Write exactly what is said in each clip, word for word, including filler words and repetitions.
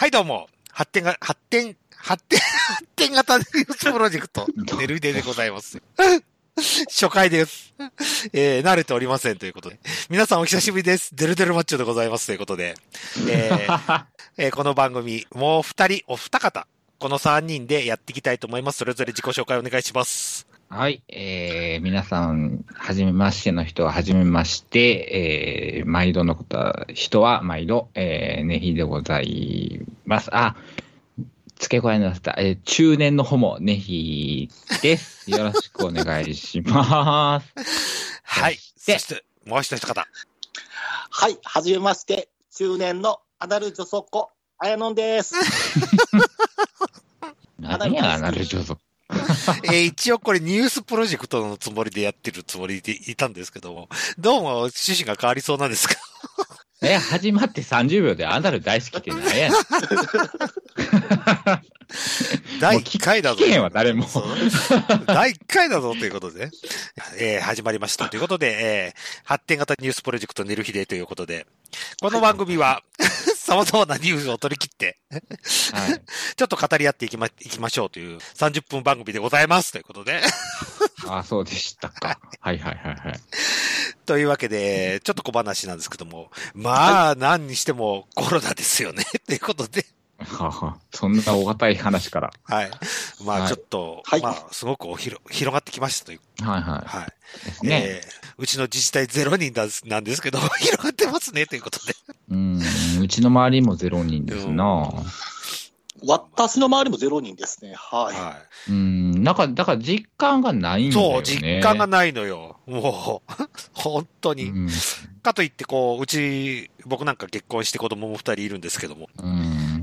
はいどうも、発展が、発展、発展、発展型ニュースプロジェクト、ネルデでございます。初回です。えー、慣れておりませんということで。皆さんお久しぶりです。デルデルマッチョでございますということで。えーえー、この番組、もう二人、お二方、この三人でやっていきたいと思います。それぞれ自己紹介お願いします。 はい、えー、皆さん、はじめましての人ははじめまして、えー、毎度のことは、人は毎度、えー、ねひでございます。あ、付け加えなさった、えー、中年のホモ、ねひです。よろしくお願いします。 はい。そして、もう一人方。 はい、はじめまして、中年のアナル女装子、あやのんです。 何や、アナル女装子。 えー、一応これニュースプロジェクトのつもりでやってるつもりでいたんですけども、どうも趣旨が変わりそうなんですか？ え、始まってさんじゅうびょうでアナル大好きって何やだいいっかいだぞ。 聞けへんわ、誰も。 だいいっかいだぞということで、えー、始まりましたということで、えー、発展型ニュースプロジェクトネルヒデということで、この番組は、様々なニュースを取り切って、はい、ちょっと語り合っていきま、いきましょうというさんじゅっぷん番組でございますということで。 ああ、そうでしたか。はいはいはいはい。 というわけで、ちょっと小話なんですけども、まあ、何にしてもコロナですよね、ということで。 はは、そんな大堅い話から。 はい。まあ、ちょっと、はい、まあ、すごくおひろ広がってきましたという。 はいはい。 はい。 ね、 えー、うちの自治体ゼロにんなんですけど、広がってますね、ということで。 うん、うちの周りもゼロにんですな。 私の周りもゼロにんですね。はい。 はい、うん、なんか、だから実感がないんだよね。 そう、実感がないのよ。もう、本当に。うん、かといって、こう、うち、僕なんか結婚して子供もふたりいるんですけども、うん、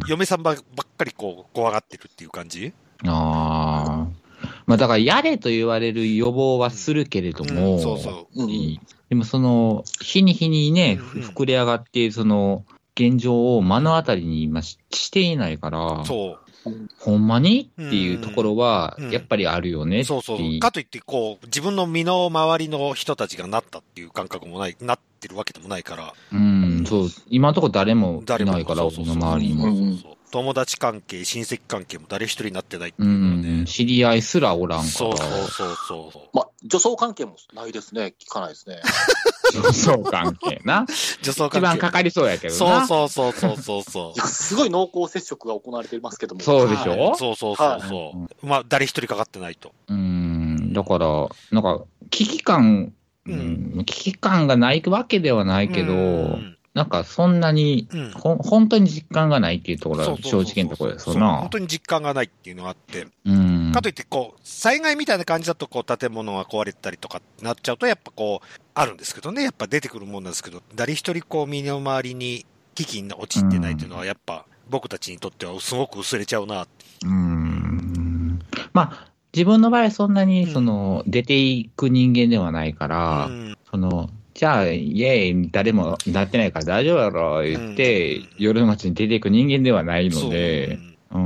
嫁さんばっかりこう、怖がってるっていう感じ？ ああ。まあだから、やれと言われる予防はするけれども、うん、 そうそう。うん、 でもその、日に日にね、うん、膨れ上がって、その、現状を目の当たりに今していないから、 そう。 ほんまにっていうところは、やっぱりあるよねって、 うんうん、そうそう。かといって、こう、自分の身の回りの人たちがなったっていう感覚もない、なってるわけでもないから。 うん、そう。今のところ誰もいないから、俺の周りにも。そうそうそう、 友達関係、親戚関係も誰一人になってないっていうのはね、 うん。知り合いすらおらんから。 そうそうそうそう。 まあ、女装関係もないですね。聞かないですね。 女装関係な。 女装関係。 一番かかりそうやけどな。 そうそうそうそうそう。 いや、すごい濃厚接触が行われていますけども。 そうでしょ、はい、 そうそうそうそう、はい。まあ、誰一人かかってないと。 うん。だから、なんか、危機感、うん、危機感がないわけではないけど、うんなんかそんなに、うん、ほ本当に実感がないっていうところは正直なところですよな。 本当に実感がないっていうのがあって。うん、かといって、こう、災害みたいな感じだと、こう、建物が壊れたりとかなっちゃうと、やっぱこう、あるんですけどね。やっぱ出てくるもんなんですけど、誰一人こう、身の回りに危機に陥ってないっていうのは、やっぱ僕たちにとってはすごく薄れちゃうなって。 うん。まあ、自分の場合そんなに、その、うん、出ていく人間ではないから、うん、その、じゃあ、イエーイ、誰もなってないから大丈夫やろ、言って、うん、夜の街に出ていく人間ではないので、う、うん。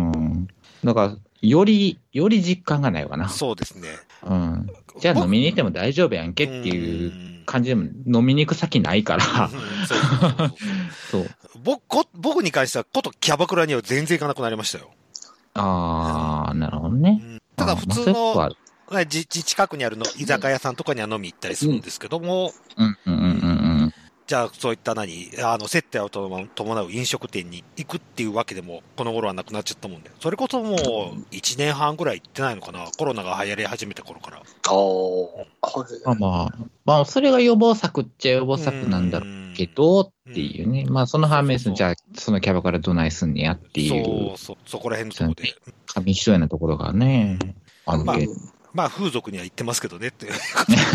だから、より、より実感がないわな。 そうですね。 うん。じゃあ飲みに行っても大丈夫やんけっていう感じでも、飲みに行く先ないから。そう。 僕、僕に関しては、ことキャバクラには全然行かなくなりましたよ。 あー、なるほどね。うん、 ただ普通の、まあ自近くにあるの居酒屋さんとかには飲み行ったりするんですけども、 うんうんうんうん、 じゃあそういった何あの接待を伴う飲食店に行くっていうわけでもこの頃はなくなっちゃったもんで、それこそもういちねんはんぐらい行ってないのかな、コロナが流行り始めた頃から。ああ、まあまあそれが予防策っちゃ予防策なんだろうけどっていうね、まあその反面じゃあそのキャバからどないすんねやっていう、 そうそうそこら辺のとこで紙一重なところがね、あるけど。 まあ風俗には行ってますけどねってだ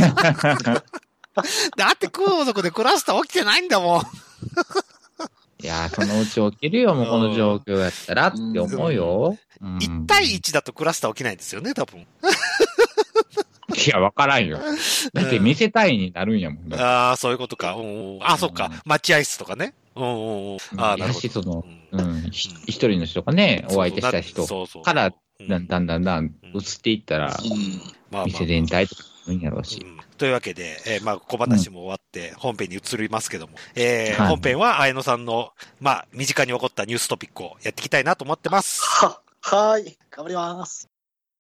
って風俗でクラスター起きてないんだもん。 いやー、そのうち起きるよ、もうこの状況やったらって思うよ。 うん、いち対いちだとクラスター起きないんですよね、多分。 いや、わからんよ。だって見せたいになるんやもん。 うん、ああ、そういうことか。うん、あ、そっか。待合室とかね。うんうんうん。ああ、なるほど。 その、うん、一人の人がね、お相手した人から、だんだんだんだん移っていったら、店全体とかいいんやろうし。 というわけで、えー、まあ、小話も終わって本編に移りますけども、えーはい、 本編は綾野さんの、まあ、身近に起こったニューストピックをやっていきたいなと思ってます。 は、はい。頑張ります。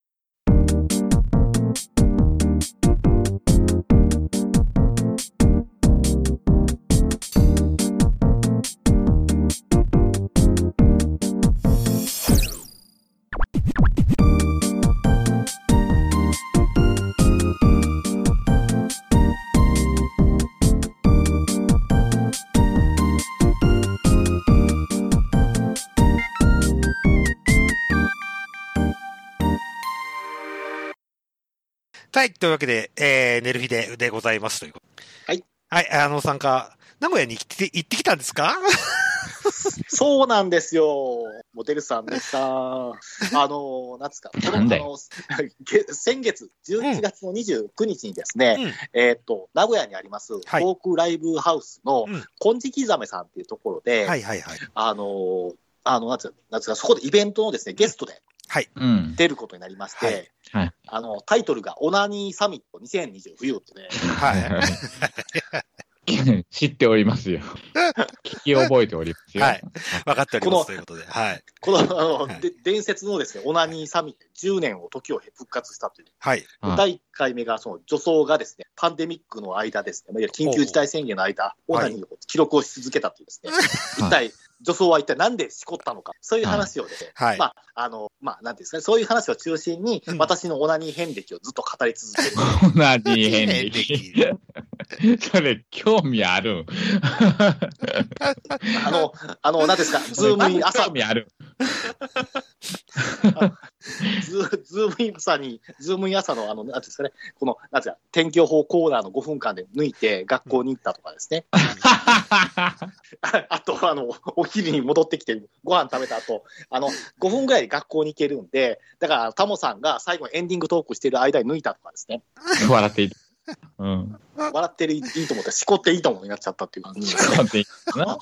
はい。というわけで、えー、寝る日で、でございますということ。 はい。 はい。あの、参加、名古屋に行って行ってきたんですか？ そうなんですよ。モデルさんでさ、あの、なんですか、この、あの、先月、じゅういちがつのにじゅうくにちにですね、うん、えっ、ー、と、名古屋にあります、はい、フォークライブハウスの、金色ザメさんっていうところで、はいはいはい。あの、あの、なんですか、なんですか、そこでイベントのですね、ゲストで、はい。出ることになりまして、はい。あの、タイトルがオナニーサミットにせんにじゅう冬ってね。はい。 知っておりますよ。聞き覚えておりますよ。 はい。分かっておりますということで。はい。 この、あの、はい、で伝説のですね、オナニーサミットじゅうねんを時を復活したという。はい。だいいっかいめが、その女装がですね、パンデミックの間ですね、緊急事態宣言の間、オナニーを記録をし続けたというですね、はい、一体、女装は一体なんでしこったのか、そういう話をですね、はい、まあ、あの、まあ、なんていうんですかね、そういう話を中心に、うん、私のオナニー遍歴をずっと語り続ける。 オナニー遍歴。それ、興味ある。 あの、あの、なんですか、ズームイン朝。 興味ある。 ズ, ズームイン朝に、ズームイン朝の、あの、なんですかね、この、なんですか、天気予報コーナーのごふんかんで抜いて学校に行ったとかですね。あと、あの、お昼に戻ってきてご飯食べた後、あの、ごふんぐらいで学校に行けるんで、だから、タモさんが最後にエンディングトークしてる間に抜いたとかですね。 笑っている。うん、 笑ってるいいと思って、しこっていいと思になっちゃったっていう感じですね。しこっていいな。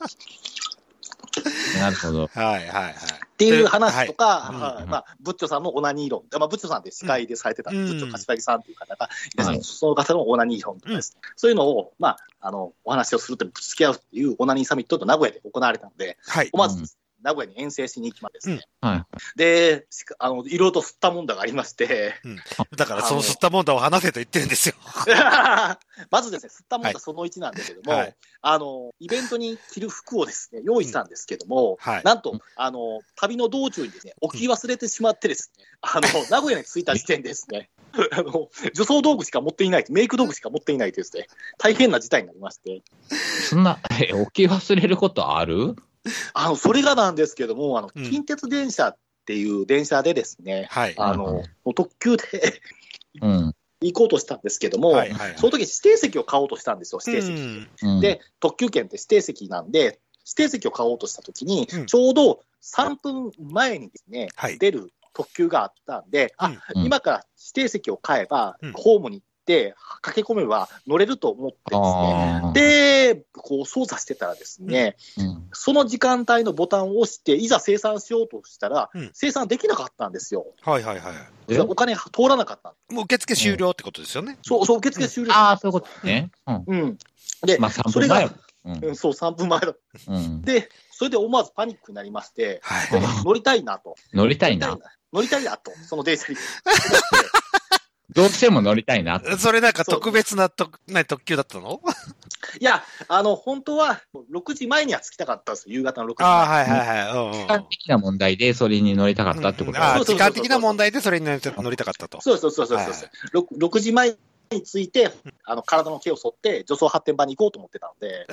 なるほど。 はいはいはい。 っていう話とか、はい、まあ、ブッチョさんのオナニー論。まあ、ブッチョさんって司会でされてた、うん、ブッチョ柏木さんっていう方が、うん、その方のオナニー論とかですね、うん。そういうのを、まあ、あの、お話をするってぶつけ合うっていうオナニーサミットと名古屋で行われたので、はい、思わず、うん名古屋に遠征しに行きまですね。うんはい、で、あの、いろいろと吸ったもんだがありまして、 うん。だからその吸ったもんだを話せと言ってるんですよ。 まずですね、吸ったもんだそのいちなんですけども、はい、あの、イベントに着る服をですね、用意したんですけども、うんはい、なんと、あの、旅の道中にですね、置き忘れてしまってですね、あの、名古屋に着いた時点でですね、あの、女装道具しか持っていない、メイク道具しか持っていないとですね、大変な事態になりまして。 そんな、え、置き忘れることある？ あの、それがなんですけども、あの、近鉄電車っていう電車でですね、うん、あの、うん、特急でうん、行こうとしたんですけども、はいはいはい、その時指定席を買おうとしたんですよ、指定席。うん、で、特急券って指定席なんで、指定席を買おうとした時に、うん、ちょうどさんぷんまえにですね、はい、出る特急があったんで、あ、うん、今から指定席を買えば、うん、ホームにで駆け込めば乗れると思ってですね、で、こう操作してたらですね、うん、その時間帯のボタンを押して、いざ生産しようとしたら、うん、生産できなかったんですよ。 はいはいはい。 お金通らなかった。 もう受付終了ってことですよね。 そう、そう、受付終了。 うん、ああ、そういうことね。 うん。うん、で、まあ、それが、うん、そう、さんぷんまえだ。うん、で、それで思わずパニックになりまして、はい、乗りたいなと。 乗りたいな。 乗りたいなと、その電車に。 どうしても乗りたいな。 それなんか特別な特な特急だったの？ いや、あの、本当はろくじまえには着きたかったんですよ、夕方のろくじまえ。 ああ、はいはいはい。 時間的な問題でそれに乗りたかったってこと、うん、 ああ、時間的な問題でそれに乗りたかったと。 そうそうそうそうそう、はいはい、ろく, ろくじまえに着いて、あの体の毛を剃って女装発展場に行こうと思ってたので。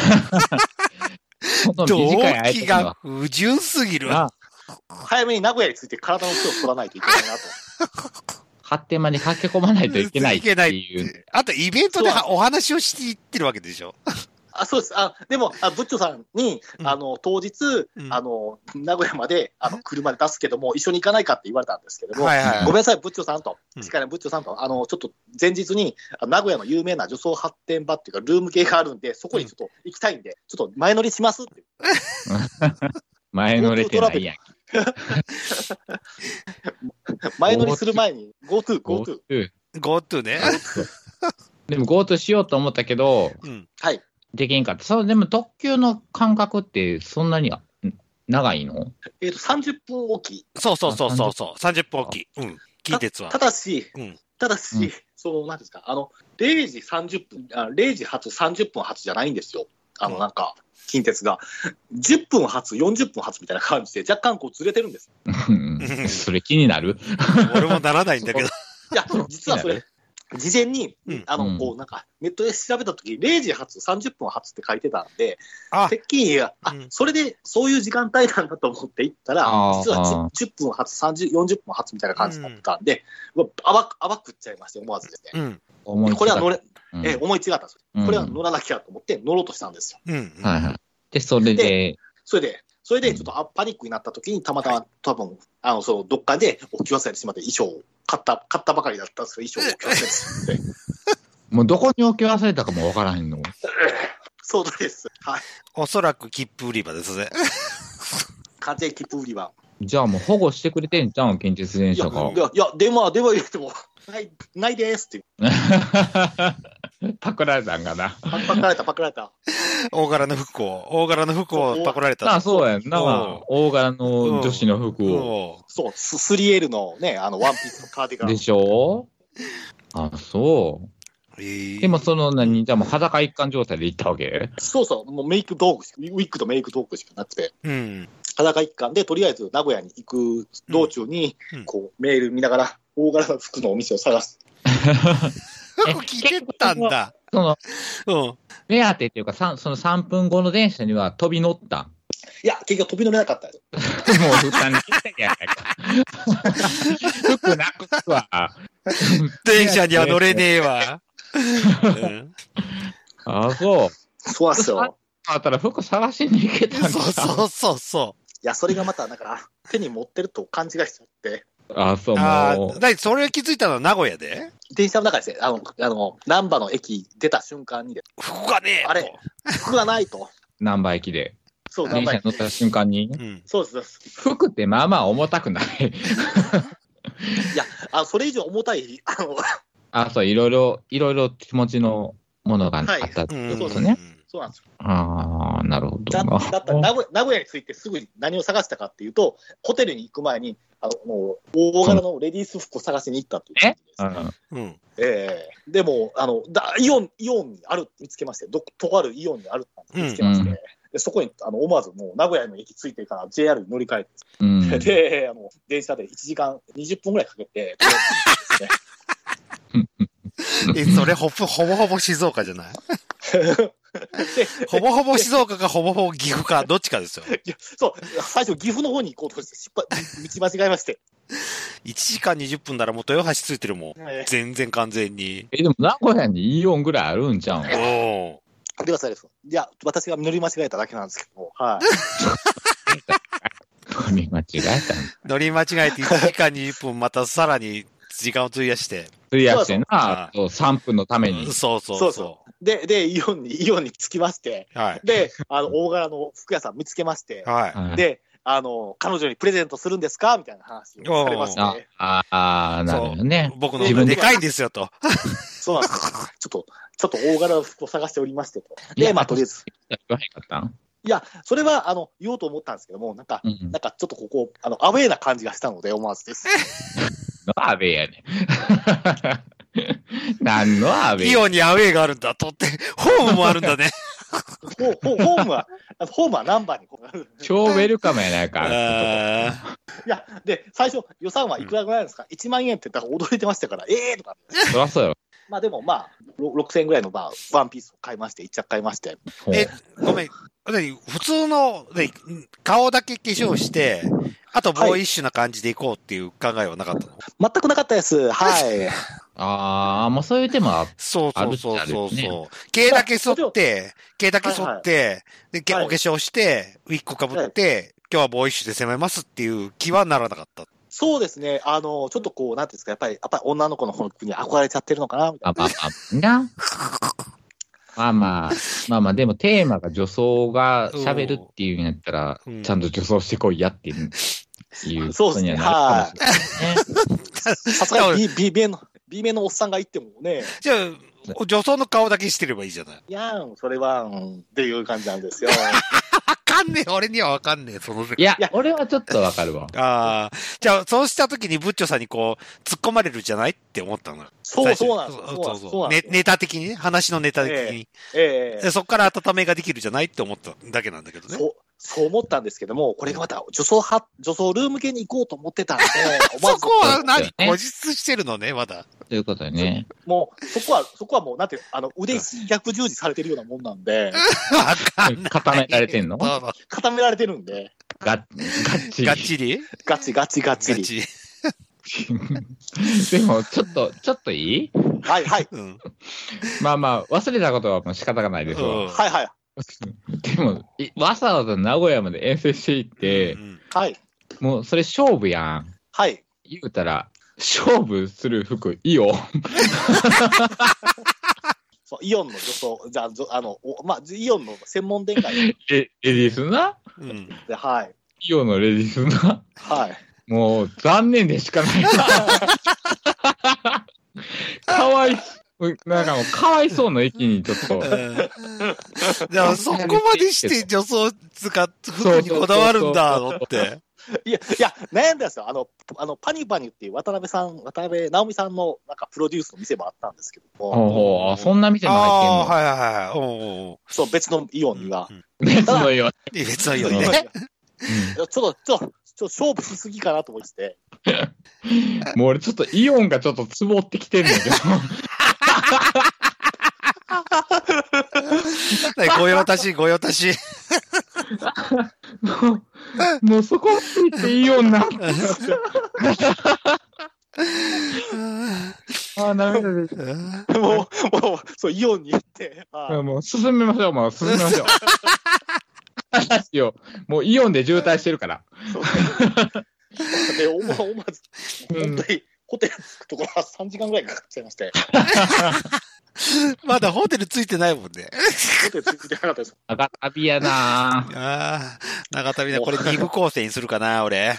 動機が不純すぎる。 早めに名古屋に着いて体の毛を剃らないといけないなと。 発展まで駆け込まないといけないっていう。いけない。 あと、イベントでお話をしていってるわけでしょ。 あ、そうです。あ、でも、あブッチョさんに、うん、あの、当日、うん、あの、名古屋まで、あの、車で出すけども、一緒に行かないかって言われたんですけども、はいはいはい、ごめんなさい、ブッチョさんと、しっかりブッチョさんと、あの、ちょっと前日に、名古屋の有名な女装発展場っていうか、ルーム系があるんで、そこにちょっと行きたいんで、ちょっと前乗りしますって。 前乗れてないやん。 前乗りする前に GoTo、GoTo。 GoTo ね。 でも GoTo しようと思ったけど、 うん、はい。 できんかった。そう、でも特急の間隔ってそんなに長いの？ えっと、さんじゅっぷんおき。 そうそうそうそうそう、さんじゅっぷんおき。うん。近鉄は。 ただし、うん、ただし、うん、その、なんですか、あの、れいじさんじゅっぷん、あれいじ発さんじゅっぷん発じゃないんですよ。あの、なんか、近鉄が。じゅっぷん発、よんじゅっぷん発みたいな感じで、若干こうずれてるんです。 それ気になる？ 俺もならないんだけど。 いや、実はそれ、事前に、うん、あの、こう、なんか、ネットで調べたとき、れいじ発、さんじゅっぷん発って書いてたんで、てっきり、あ、うん、それで、そういう時間帯なんだと思って行ったら、実はじゅっぷん発、さんじゅう、よんじゅっぷん発みたいな感じだったんで、うん、あば、あばくっちゃいまして、思わずですね。うん、これは乗れ、うん、え、思い違ったんですよ。これは乗らなきゃと思って乗ろうとしたんですよ。 うん、はいはい。で、それで、 それで、それで、ちょっとパニックになったときに、たまたま、多分、あの、その、どっかで置き忘れてしまって、衣装を買った、買ったばかりだったんですけど、衣装を置き忘れてしまって。 もうどこに置き忘れたかもわからへんの？ そうです。はい。 おそらく切符売り場ですね。 完全切符売り場。 じゃあもう保護してくれてんじゃん、近鉄電車が。 いや、いや、電話、電話入れても、ない、ないですって。 パクられたんかな。 パ, パクられた、パクられた。 大柄の服を、大柄の服をパクられた。 あ、そうやんな。大柄の女子の服を。 そう、スリーエルのね、あの、ワンピースのカーディガン。 でしょ？あ、そう。えー、でもその何、じゃあもう裸一貫状態で行ったわけ？ そうそう、もうメイク道具しか、ウィッグとメイク道具しかなくて。うん。裸一貫で、とりあえず名古屋に行く道中に、うん、こう、メール見ながら、大柄の服のお店を探す。 服着てたんだ。 その、うん。目当てっていうか、そのさんぷんごの電車には飛び乗った。 いや、結局飛び乗れなかったよ。 もう負担に来てやないか。服なくすわ。 電車には乗れねえわ。 うん、ああ、そう。 そうなんですよ。 あったら服探しに行けたんだ。 そうそうそうそう。 いや、それがまた、なんか、手に持ってると勘違いしちゃって。 ああ、そう、もう。ああ、だいそれ気づいたのは名古屋で？ 電車の中ですね。あの、あの、難波の駅出た瞬間にで。 服がねえ。 あれ、服がないと。 難波駅で。 そう、 電車乗った瞬間に。 うん、そうです。 服ってまあまあ重たくない。いや、あそれ以上重たい、あの、 あ、そう、いろいろ、いろいろ気持ちのものがあったってことですね。はい、 そうなんですよ。 ああ、なるほど。 だ, だったら名古屋、名古屋に着いてすぐに何を探したかっていうと、ホテルに行く前に、あの、もう、大柄のレディース服を探しに行ったという感じです、ね。うん。ええー、でも、あの、だイオン、イオンにある見つけまして、ど、とあるイオンにあるって見つけまして、うん、でそこに、あの、思わずもう名古屋の駅着いてから ジェイアール に乗り換えて、うん、で、あの、電車でいちじかんにじゅっぷんぐらいかけて、ですね。 え、それほぼ、ほぼほぼ静岡じゃないほぼほぼ静岡かほぼほぼ岐阜か、どっちかですよ。 いや、そう、最初岐阜の方に行こうとして失敗、道間違えまして。 いちじかんにじゅっぷんならもう豊橋ついてるもん。えー、全然完全に。 え、でも名古屋にイオンぐらいあるんじゃん。 おー。ではさです。いや、私が乗り間違えただけなんですけど、はい。 乗り間違えた乗り間違えていちじかんにじゅっぷんまたさらに時間を費やして。 費やしてな、そうさんぷんのために。 そうそうそう。 そうそうで、で、イオンに、イオンに着きまして、はい、で、あの、大柄の服屋さん見つけまして、はい、で、あの、彼女にプレゼントするんですかみたいな話をされまして、ね。 ああ、なるほどね。 僕の自分でかいんですよと。 そうなんですよ。ちょっと、ちょっと大柄の服を探しておりましてと。で、まあ、とりあえず。 言わへんかったん？ いや、それは、あの、言おうと思ったんですけども、なんか、うん、なんかちょっとここ、あの、アウェーな感じがしたので、思わずです。 アウェーやね。何のアウェー？ イオンにアウェーがあるんだとって、ホームもあるんだね。 ホ, ホ, ホームは、ホームはナンバーに。 超ウェルカムやないか。 いや、で、最初、予算はいくらぐらいですか、うん、いちまんえんって言ったら驚いてましたから、ええーとか。 そりゃそうよ。 まあでもまあ、ろくせんえんぐらいのまあ、ワンピースを買いまして、一着買いまして。 え、ごめん。普通の、顔だけ化粧して、あとボーイッシュな感じでいこうっていう考えはなかったの？ 全くなかったです。はい。 ああ、もうそういう手もある。 そうそうそうそうそう。毛だけ剃って、毛だけ剃って、で、お化粧して、ウィッグかぶって、今日はボーイッシュで攻めますっていう気はならなかった。 そうですね。あの、ちょっとこう、なんていうんですか、やっぱり、やっぱり女の子の方に憧れちゃってるのかなみたいな。 あ、まあまあ、な。まあまあ、まあまあ、でもテーマが女装が喋るっていうんやったら、うん、ちゃんと女装してこいやっていう。いうそうですね。はい。さすがに B 面の、B 面のおっさんが言ってもね。 じゃあ、 女装の顔だけしてればいいじゃない。 いやん、それは、うん、っていう感じなんですよ。 わかんねえ、俺にはわかんねえ、そのいや、いや俺はちょっとわかるわ。 ああ。じゃあ、そうした時にブッチョさんにこう、突っ込まれるじゃないって思ったの。 そうそうなんです。 そうそうそう。ネ, ネタ的にね、話のネタ的に。 ええええ、 そっから温めができるじゃないって思っただけなんだけどね。 そう。そう思ったんですけども、これがまた女装は、女装ルーム系に行こうと思ってたんで、 そこは何個実してるのね、まだ。 ということでね。 もう、そこは、そこはもう、なんていう、あの、腕逆十字されてるようなもんなんで。 わかんない。 固められてんの固められてるんで。 が、がっちり。 がっちりガチガチガチリ。 でも、ちょっと、ちょっといいはいはい。 うん、 まあまあ、忘れたことはもう仕方がないですよ。 うん、はいはい。 でも、わざわざ名古屋まで遠征していって、 うん、はい。 もうそれ勝負やん。 はい。 言うたら、勝負する服、イオン。 そう、イオンの女装、じゃあ、あの、まあ、イオンの専門店街。 え、レディースな、 うん、で、はい。 イオンのレディースな。 はい。 もう、残念でしかない。かわいなんかもう、かわいそうな駅にちょっと。 じゃあ、そこまでして女装使っ服にこだわるんだ、のって。 いや、いや、悩んだんですよ。あの、あの、パニパニっていう渡辺さん、渡辺直美さんの、なんか、プロデュースの店もあったんですけども。 ほうほう、あ、そんな店も入ってんの？ はいはいはい。おうそう、別のイオンには。 別のイオン。 別のイオンね。 ちょっと、ちょっと、ちょっと勝負しすぎかなと思って。 もう俺ちょっとイオンがちょっとつぼってきてるんだけど。 ご用達、ご用達。 もう、もうそこついてイオンな。ああ、涙出て。 もう、もう、そう、イオンに行って。 あもう、進めましょう、もう、進めましょう。話を、もうイオンで渋滞してるから。 そうで、思わ、思わず、本当に、ホテル着くところはさんじかんぐらいかかっちゃいまして。 まだホテル着いてないもんね。 ホテル着いてなかったです。 長旅やなぁ。 ああ、長旅だ。これ二部構成にするかな、俺。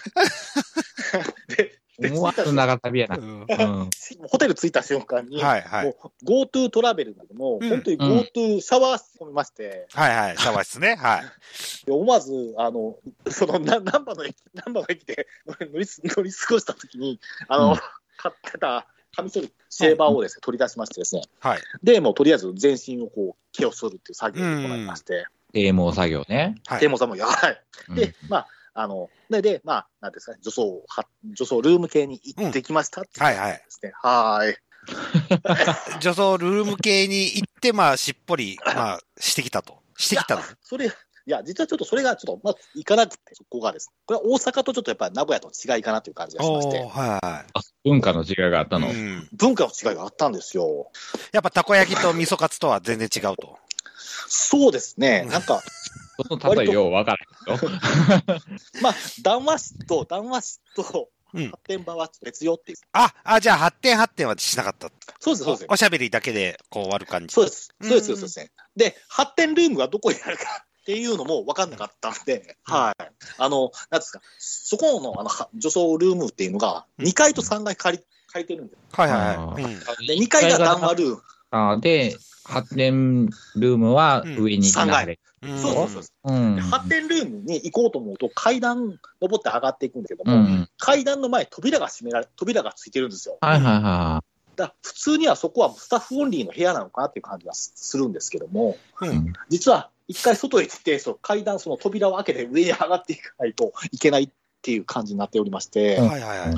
で、思わず長旅やな。うんうん、ホテル着いた瞬間に、 はいはい、 もう GoTo トラベルでも、うん、本当に GoTo シャワー室込みまして、 うん、はいはい、シャワー室ね。はい。 で思わず、あの、その、な難波の駅、難波の駅で乗り、乗り過ごしたときに、あの、うん、買ってた、カミソリ、シェーバーをですね、取り出しましてですね。はい。で、もうとりあえず全身をこう、毛を剃るっていう作業を行いまして。 啓蒙作業ね。 啓蒙作業、はい。で、まあ、あの、で、で、まあ、なんですかね、女装、女装ルーム系に行ってきましたっていうですね。はいはい。 女装ルーム系に行って、まあ、しっぽり、まあ、してきたと。してきたの。 それ、いや、実はちょっとそれがちょっと、まあ、いかなくて、そこがですね。これは大阪とちょっとやっぱり名古屋と違いかなという感じがしまして。 はい。 文化の違いがあったの、うん、 文化の違いがあったんですよ。 やっぱたこ焼きと味噌カツとは全然違うと。 そうですね。なんか、 その例えよう分からんけど。 まあ、談話室と、談話室と、発展場は別よっていう。 あ、あ、じゃあ発展発展はしなかった。 そうです、そうです。 おしゃべりだけでこう終わる感じ。 そうです。そうです、そうですね。で、発展ルームがどこにあるかっていうのも分かんなかったんで、うん、はい。あの、なんですか、そこの、あの、女装ルームっていうのが、にかいとさんがい借り、借りてるんです。 はいはいはい。 で、にかいが談話ルーム。 あで、発展ルームは上にさんがい。そうそうそう。うん、発展ルームに行こうと思うと階段登って上がっていくんですけども、うん、階段の前扉が閉められ、扉がついてるんですよ。 はいはいはい。 だ普通にはそこはスタッフオンリーの部屋なのかなっていう感じがするんですけども、 うん、 実は一回外へ出て、その階段、その扉を開けて上に上がっていかないといけないっていう感じになっておりまして、 うん、はいはいはい。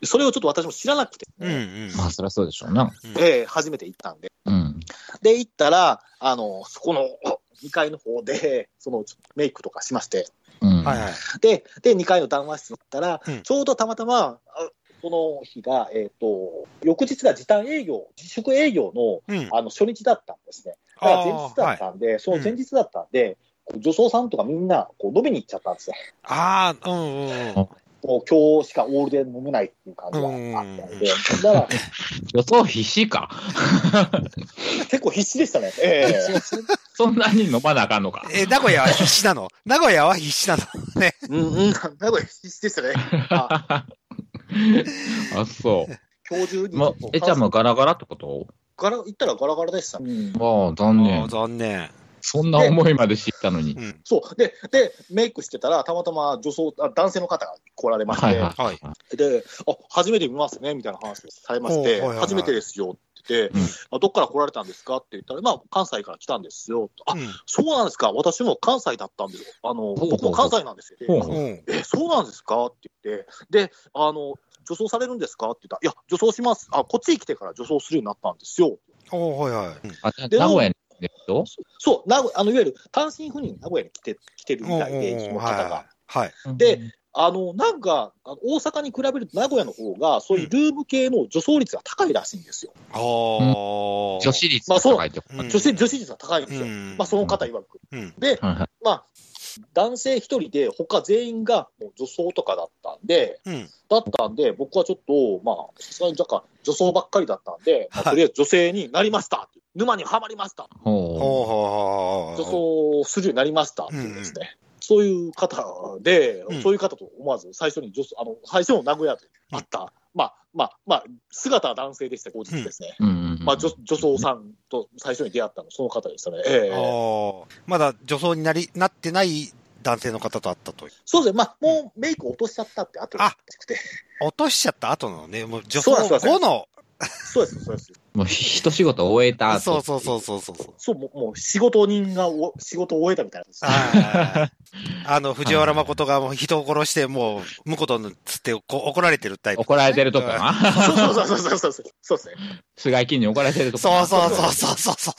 それをちょっと私も知らなくて、 ね、うんうん、 まあそりゃそうでしょうな。 えー、初めて行ったんで。 うん、 で、行ったら、あの、そこのにかいの方で、そのメイクとかしまして、 うんはいはい、 で、で、にかいの談話室に行ったら、 うん、 ちょうどたまたま、その日が、えっと、翌日が時短営業、自粛営業の、うん、あの初日だったんですね。だから前日だったんで、はい、その前日だったんで、うん、女装さんとかみんなこう飲みに行っちゃったんですね。 ああ、うんうんうん。 もう今日しかオールで飲めないっていう感じがあったんで、だから、 予想必死か。 結構必死でしたね。えー、そ, そんなに飲まなあかんのか。 えー、名古屋は必死なの名古屋は必死なのね。 うんうん、名古屋必死でしたね。あ, あ、そう。 今日中に。 ま、え、じゃあもうガラガラってこと？ ガラ、行ったらガラガラでした。うん、 ああ、残念。 残念。 そんな思いまで知ったのに。 そう。で、で、メイクしてたら、たまたま女装、男性の方が来られまして、はいはいはい、で、あ、初めて見ますね、みたいな話されまして、はいはいはい、初めてですよって言って、うん、あ、どっから来られたんですかって言ったら、まあ、関西から来たんですよ。あ、うん、そうなんですか。私も関西だったんですよ。あの、僕も関西なんですよ。ほうほうえ、そうなんですかって言って、で、あの、女装されるんですかって言ったら、いや、女装します。あ、こっちに来てから女装するようになったんですよ。 おはいはい。 あ、名古屋にそう、名古あのいわゆる単身赴任、名古屋に来て来てるみたいで、その方が。 はい。 で、あのなんか、あの大阪に比べると名古屋の方が、そういうルーム系の女装率が高いらしいんですよ。 ああ、 女子率が高いってこと、 まあ、女子女子率が高いんですよ。まあ、その方曰く。で、まあ、男性一人で、他全員がもう女装とかだったんで、うん、だったんで、僕はちょっと、まあ、さすがに若干女装ばっかりだったんで、まあ、とりあえず女性になりましたって。沼にはまりました。女装するようになりましたっていうですね。うん、そういう方で、うん、そういう方と思わず最初に女装、あの、最初の名古屋であった、うん、まあ、まあ、まあ、姿は男性でした、後日ですね。うん、まあ女、女装さんと最初に出会ったの、その方でしたね。えー、まだ女装になり、なってない男性の方と会ったという。 そうですね。まあ、もうメイク落としちゃったって後らしくて。 落としちゃった後のね、もう女装後の。 そうです、そうです。 もう一仕事終えた後。そうそうそうそうそう。 そう、もう、もう仕事人がお仕事を終えたみたいな。あの、藤原誠がもう人を殺して、もう、婿とつって怒られてるタイプ、ね。 怒られてるとかな。 そうそうそうそうそうそう。そうですね。 菅井金に怒られてるとか。 そうそうそうそうそうそう。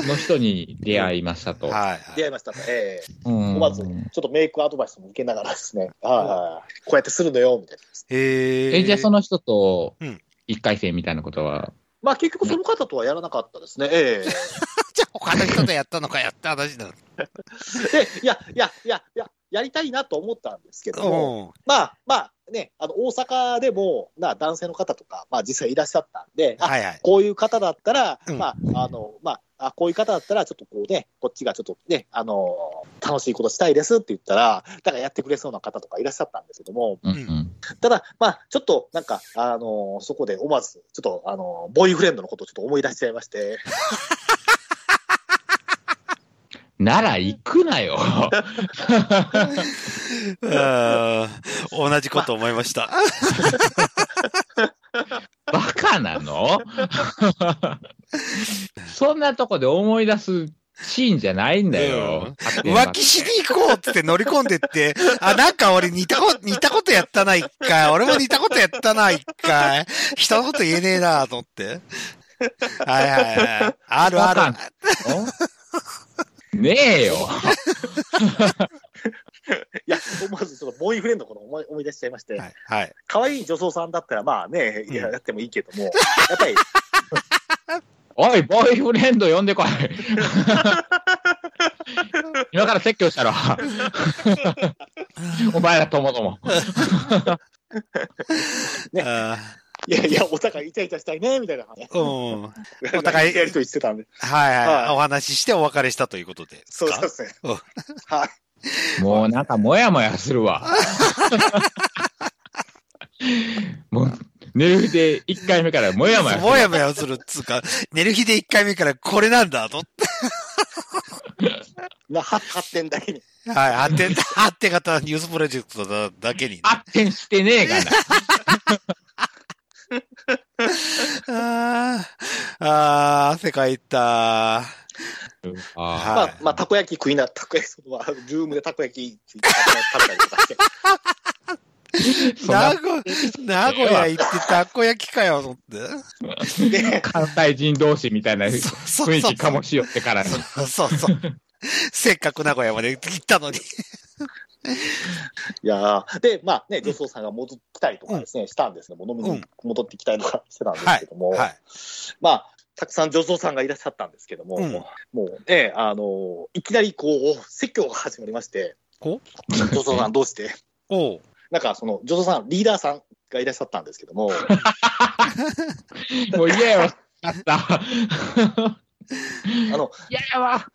の人に出会いましたと。 はい。出会いましたね。ええー。思わず、ちょっとメイクアドバイスも受けながらですね。はい。こうやってするのよ、みたいな。 へえ。 え、じゃあその人と、一回戦みたいなことは、 まあ結局その方とはやらなかったですね。ええー。 じゃあ他の人とやったのかやった話だ。で、 いや、いや、いや、いや、やりたいなと思ったんですけども、まあ、まあ、ね、あの、大阪でも、な、男性の方とか、まあ実際いらっしゃったんで、あ、はいはい、こういう方だったら、うん、まあ、あの、まあ、あ、こういう方だったら、ちょっとこうね、こっちがちょっとね、あの、楽しいことしたいですって言ったら、だからやってくれそうな方とかいらっしゃったんですけども、うんうん、ただ、まあ、ちょっとなんか、あの、そこで思わず、ちょっと、あの、ボーイフレンドのことをちょっと思い出しちゃいまして、 なら行くなよ。 同じこと思いました。 バカなのそんなとこで思い出すシーンじゃないんだよ。 うん、浮気しに行こうっつって乗り込んでって、あ、なんか俺似たこと、似たことやったな、一回。俺も似たことやったな、一回。人のこと言えねえな、と思って。はいはいはい。あるある。 ねえよ。 いや、思わずちょっとボーイフレンドのこと思い思い出しちゃいまして、 はい。はい、 可愛い女装さんだったらまあね、いや、やってもいいけども、やっぱり。 おい、ボーイフレンド呼んでこい。今から説教したろ。お前らともども。 ね。いやいや、お互いイチャイチャしたいね、みたいな話。うん。 お互いやりとりしてたんで。 はいはい。はい、お話ししてお別れしたということで。 そうですね。はい。 もうなんかもやもやするわ。もう、寝る日でいっかいめからもやもやする。 もやもやするっつうか、寝る日でいっかいめからこれなんだと。 な、発展だけに。 はい、発展、発展型ニュースプロジェクトだけに、ね。 発展してねえがな。 ああ、ああ、世界行った。 あまあ、まあ、たこ焼き食いな、たこ焼き、そのルームでたこ焼き食べたりとかして。 名古名古屋行ってたこ焼きかよ、と思って。 関西人同士みたいな雰囲気かもしよってからに。 そうそうそう。せっかく名古屋まで行ったのに。 いやで、まあね、女装さんが戻ってきたりとかですね、うん、したんですけども、飲みに戻ってきたりとかしてたんですけども、はいはい、まあ、たくさん女装さんがいらっしゃったんですけども、うん、もうね、あの、いきなりこう、説教が始まりまして、女装さん同士で。おなんかその、女装さん、リーダーさんがいらっしゃったんですけども。 もう嫌やわ。あった。 あの、 嫌やわ。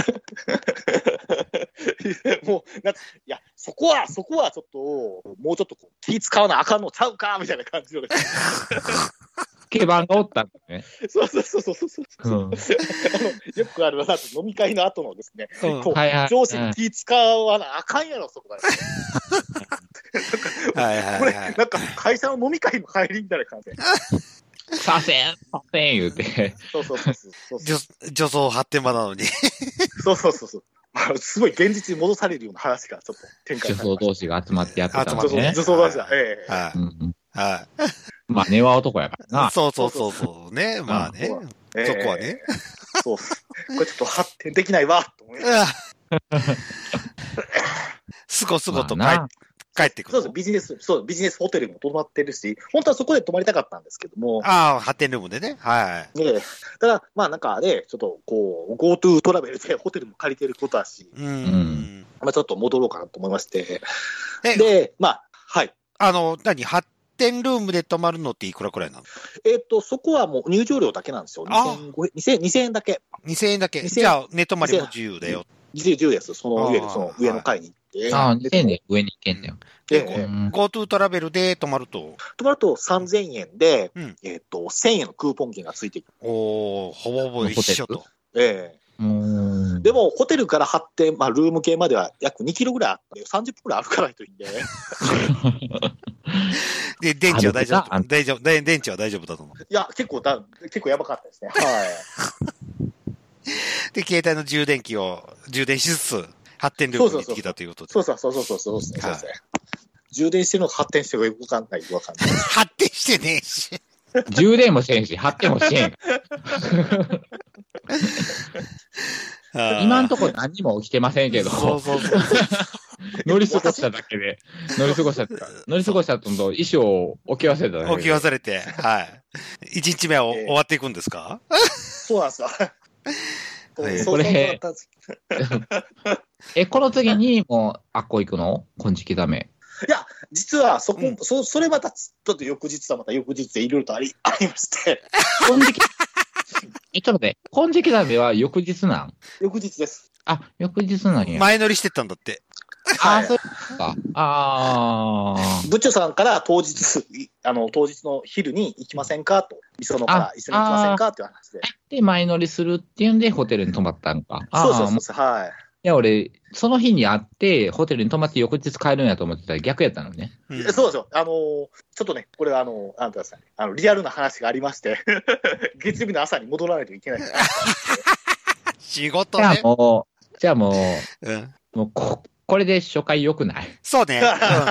もうな、いや、そこは、そこはちょっと、もうちょっとこう気使わなあかんのちゃうかみたいな感じで。 スケバンがおったんだね。 そうそうそうそうそうそう、うん、あの。よくあるな、飲み会の後のですね、うん、こう、はいはい、上司に気使わなあかんやろ、そこだ、ね。はいはいはい、これ、なんか会社の飲み会の帰りみたいな感じで。 させん、させん言うて。 そうそうそうそうそう。 女装発展場なのに。 そうそうそうそう。まあ、すごい現実に戻されるような話がちょっと展開され女装同士が集まってやってたんですね。 女装同士だ。ええ。 はい。はい。 まあ、根は男やからな。 そうそうそうそう。ね。まあね。そこはね。 そう。これちょっと発展できないわ、と思います。 すごすごと帰帰ってくる。 そうです。ビジネス、そう、ビジネスホテルも泊まってるし、本当はそこで泊まりたかったんですけども。 ああ、発展ルームでね。はい。 ねえ。ただ、まあなんかね、ちょっとこう、GoTo トラベルでホテルも借りてることだし、うん。まあちょっと戻ろうかなと思いまして。で、まあ、はい。 あの、何発展ルームで泊まるのっていくらくらいなの？ えっと、そこはもう入場料だけなんですよ。にせんえんだけ。 にせんえんだけ。じゃあ、寝泊まりも自由だよ。 自由です。その上で、その上の階に行って。 ああ、にせんえんで上に行けんだよ。 で、GoTo トラベルで泊まると泊まるとさんぜんえんで、うん、えっと、せんえんのクーポン券がついてくる。 おー、ほぼほぼ一緒と。 ええ。うんでも、ホテルから発展、まあ、ルーム系までは約にキロぐらいあって、さんじゅっぷんぐらい歩かないといいんで。 で、電池は大丈夫大丈夫電池は大丈夫だと思う。 いや、結構だ、結構やばかったですね。はい。 で、携帯の充電器を充電しつつ、発展ルームに行ってきたということで。 そうそうそうそうそうそうそうそうそう。充電してるのか発展してるのかよくわかんない、わかんない。 発展してねえし。 充電もしてんし、発展もしてん。今んとこ何にも起きてませんけど。そうそうそう。乗り過ごしただけで。乗り過ごした。乗り過ごしたと衣装を置き忘れただけで。 置き忘れて。はい。一日目は終わっていくんですか？ そうなんですよ。 これ、え、この次にもう、あっこ行くの？金色ダメ。 いや、実はそこ、うん、そ、それまた、ちょっと翌日はまた翌日でいろいろとあり、ありまして。 金色、え、ちょっと待って、金色ダメは翌日なん？ 翌日です。 あ、翌日なんや。 前乗りしてたんだって。 ああ、そうか。ああ。 部長さんから当日、あの、当日の昼に行きませんかと、磯野から一緒に行きませんかっていう話で。 で、前乗りするっていうんで、ホテルに泊まったんか。 そうそうそうそう、はい。 いや、俺、その日に会って、ホテルに泊まって翌日帰るんやと思ってたら逆やったのね。 うん、そうですよ。あのー、ちょっとね、これはあの、あんたさん、あの、リアルな話がありまして、月曜日の朝に戻らないといけない。 仕事ね。 じゃあもう、じゃあもう、うん、もうこ、これで初回良くない？ そうね。うん、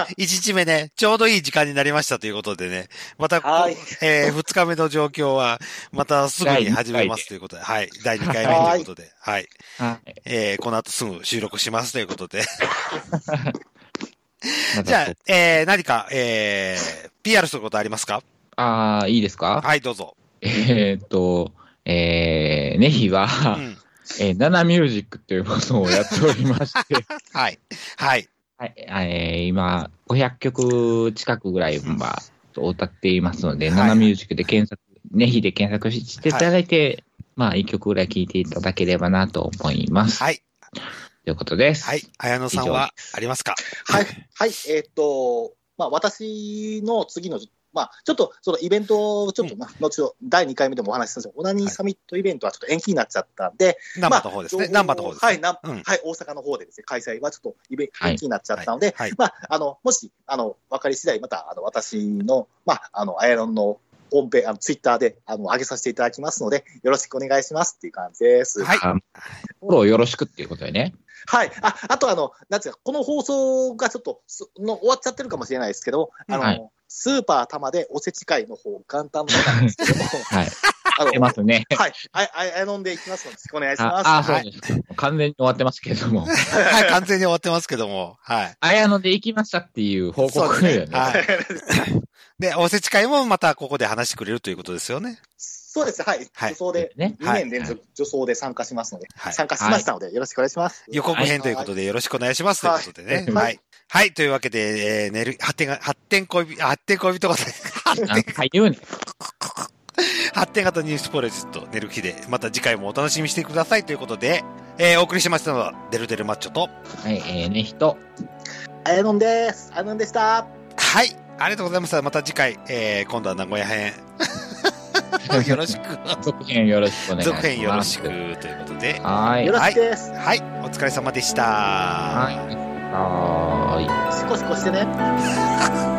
いちにちめね、ちょうどいい時間になりましたということでね。また、はい、えー、ふつかめの状況は、またすぐに始めますということで。はい。だいにかいめということで。はい。はい、えー、この後すぐ収録しますということで。じゃあ、えー、何か、えー、ピーアール することありますか？ ああ、いいですか？ はい、どうぞ。 えー、っと、えー、ネヒは、うんえー、ナナミュージックというものをやっておりまして。 はい。はい。 はい。えー、今、ごひゃっきょく近くぐらいは歌っていますので、はい、ナナミュージックで検索、ネヒで検索していただいて、はい、まあ、いっきょくぐらい聴いていただければなと思います。 はい。 ということです。 はい。綾野さんはありますか？ はい。はい。えー、っと、まあ、私の次の、まあ、ちょっと、そのイベントをちょっと、まあ、後ほど、だいにかいめでもお話ししたんですけど、オナニーサミットイベントはちょっと延期になっちゃったんで、 ナンバーの方ですね。ナンバーの方ですね。 はい、な、うん、はい、大阪の方でですね、開催はちょっとイベント延期になっちゃったので、はいはい、まあ、あの、もし、あの、分かり次第、また、あの、私の、まあ、あの、アヤロンのホームページ、あの、ツイッターで、あの、上げさせていただきますので、よろしくお願いしますっていう感じです。 はい。フォローよろしくっていうことでね。 はい。あ、あとあの、なんつうか、この放送がちょっとの終わっちゃってるかもしれないですけど、あの、はい、スーパー玉でおせち会の方、元旦の方なんですけども、 はい。あの、出ますね。 はい。あ、あ、あ飲んでいきますので、よろしくお願いします。 あ、あそうですか、はい。完全に終わってますけれども。 はい、完全に終わってますけども、はい。 あやので行きましたっていう報告だよね。はい。 で、おせち会もまたここで話してくれるということですよね。 そうです。はい。はい、女装で、ね、にねん連続女装で参加しますので、はい、参加しましたので、よろしくお願いします。 予告編ということで、よろしくお願いしますということでね。はい。はい。はい、というわけで、えー、寝る、発展が、発展恋人、発展恋人が、発展、発展型ニュースプロジェクト、寝る日で、また次回もお楽しみにしてくださいということで、えー、お送りしましたのは、デルデルマッチョと、 はい、えー、ねひと、 あやのんです。あやのんでした。 はい。ありがとうございました。また次回、えー、今度は名古屋編。 よろしく。 続編よろしくお願いします。 続編よろしくということで。 はい。 よろしくです。 はい。お疲れ様でした。 はい。はい。 シコシコしてね。